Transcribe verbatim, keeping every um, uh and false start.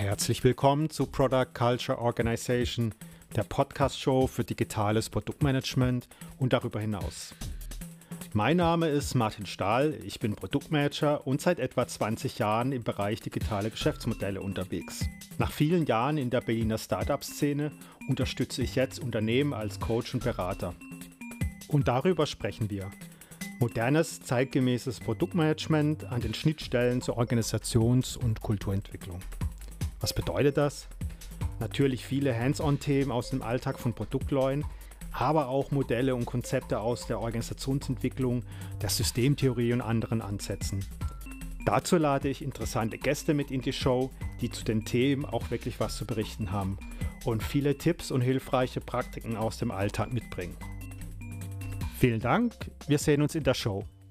Herzlich willkommen zu Product Culture Organization, der Podcast-Show für digitales Produktmanagement und darüber hinaus. Mein Name ist Martin Stahl, ich bin Produktmanager und seit etwa zwanzig Jahren im Bereich digitale Geschäftsmodelle unterwegs. Nach vielen Jahren in der Berliner Startup-Szene unterstütze ich jetzt Unternehmen als Coach und Berater. Und darüber sprechen wir. Modernes, zeitgemäßes Produktmanagement an den Schnittstellen zur Organisations- und Kulturentwicklung. Was bedeutet das? Natürlich viele Hands-on-Themen aus dem Alltag von Produktleuten, aber auch Modelle und Konzepte aus der Organisationsentwicklung, der Systemtheorie und anderen Ansätzen. Dazu lade ich interessante Gäste mit in die Show, die zu den Themen auch wirklich was zu berichten haben und viele Tipps und hilfreiche Praktiken aus dem Alltag mitbringen. Vielen Dank, wir sehen uns in der Show.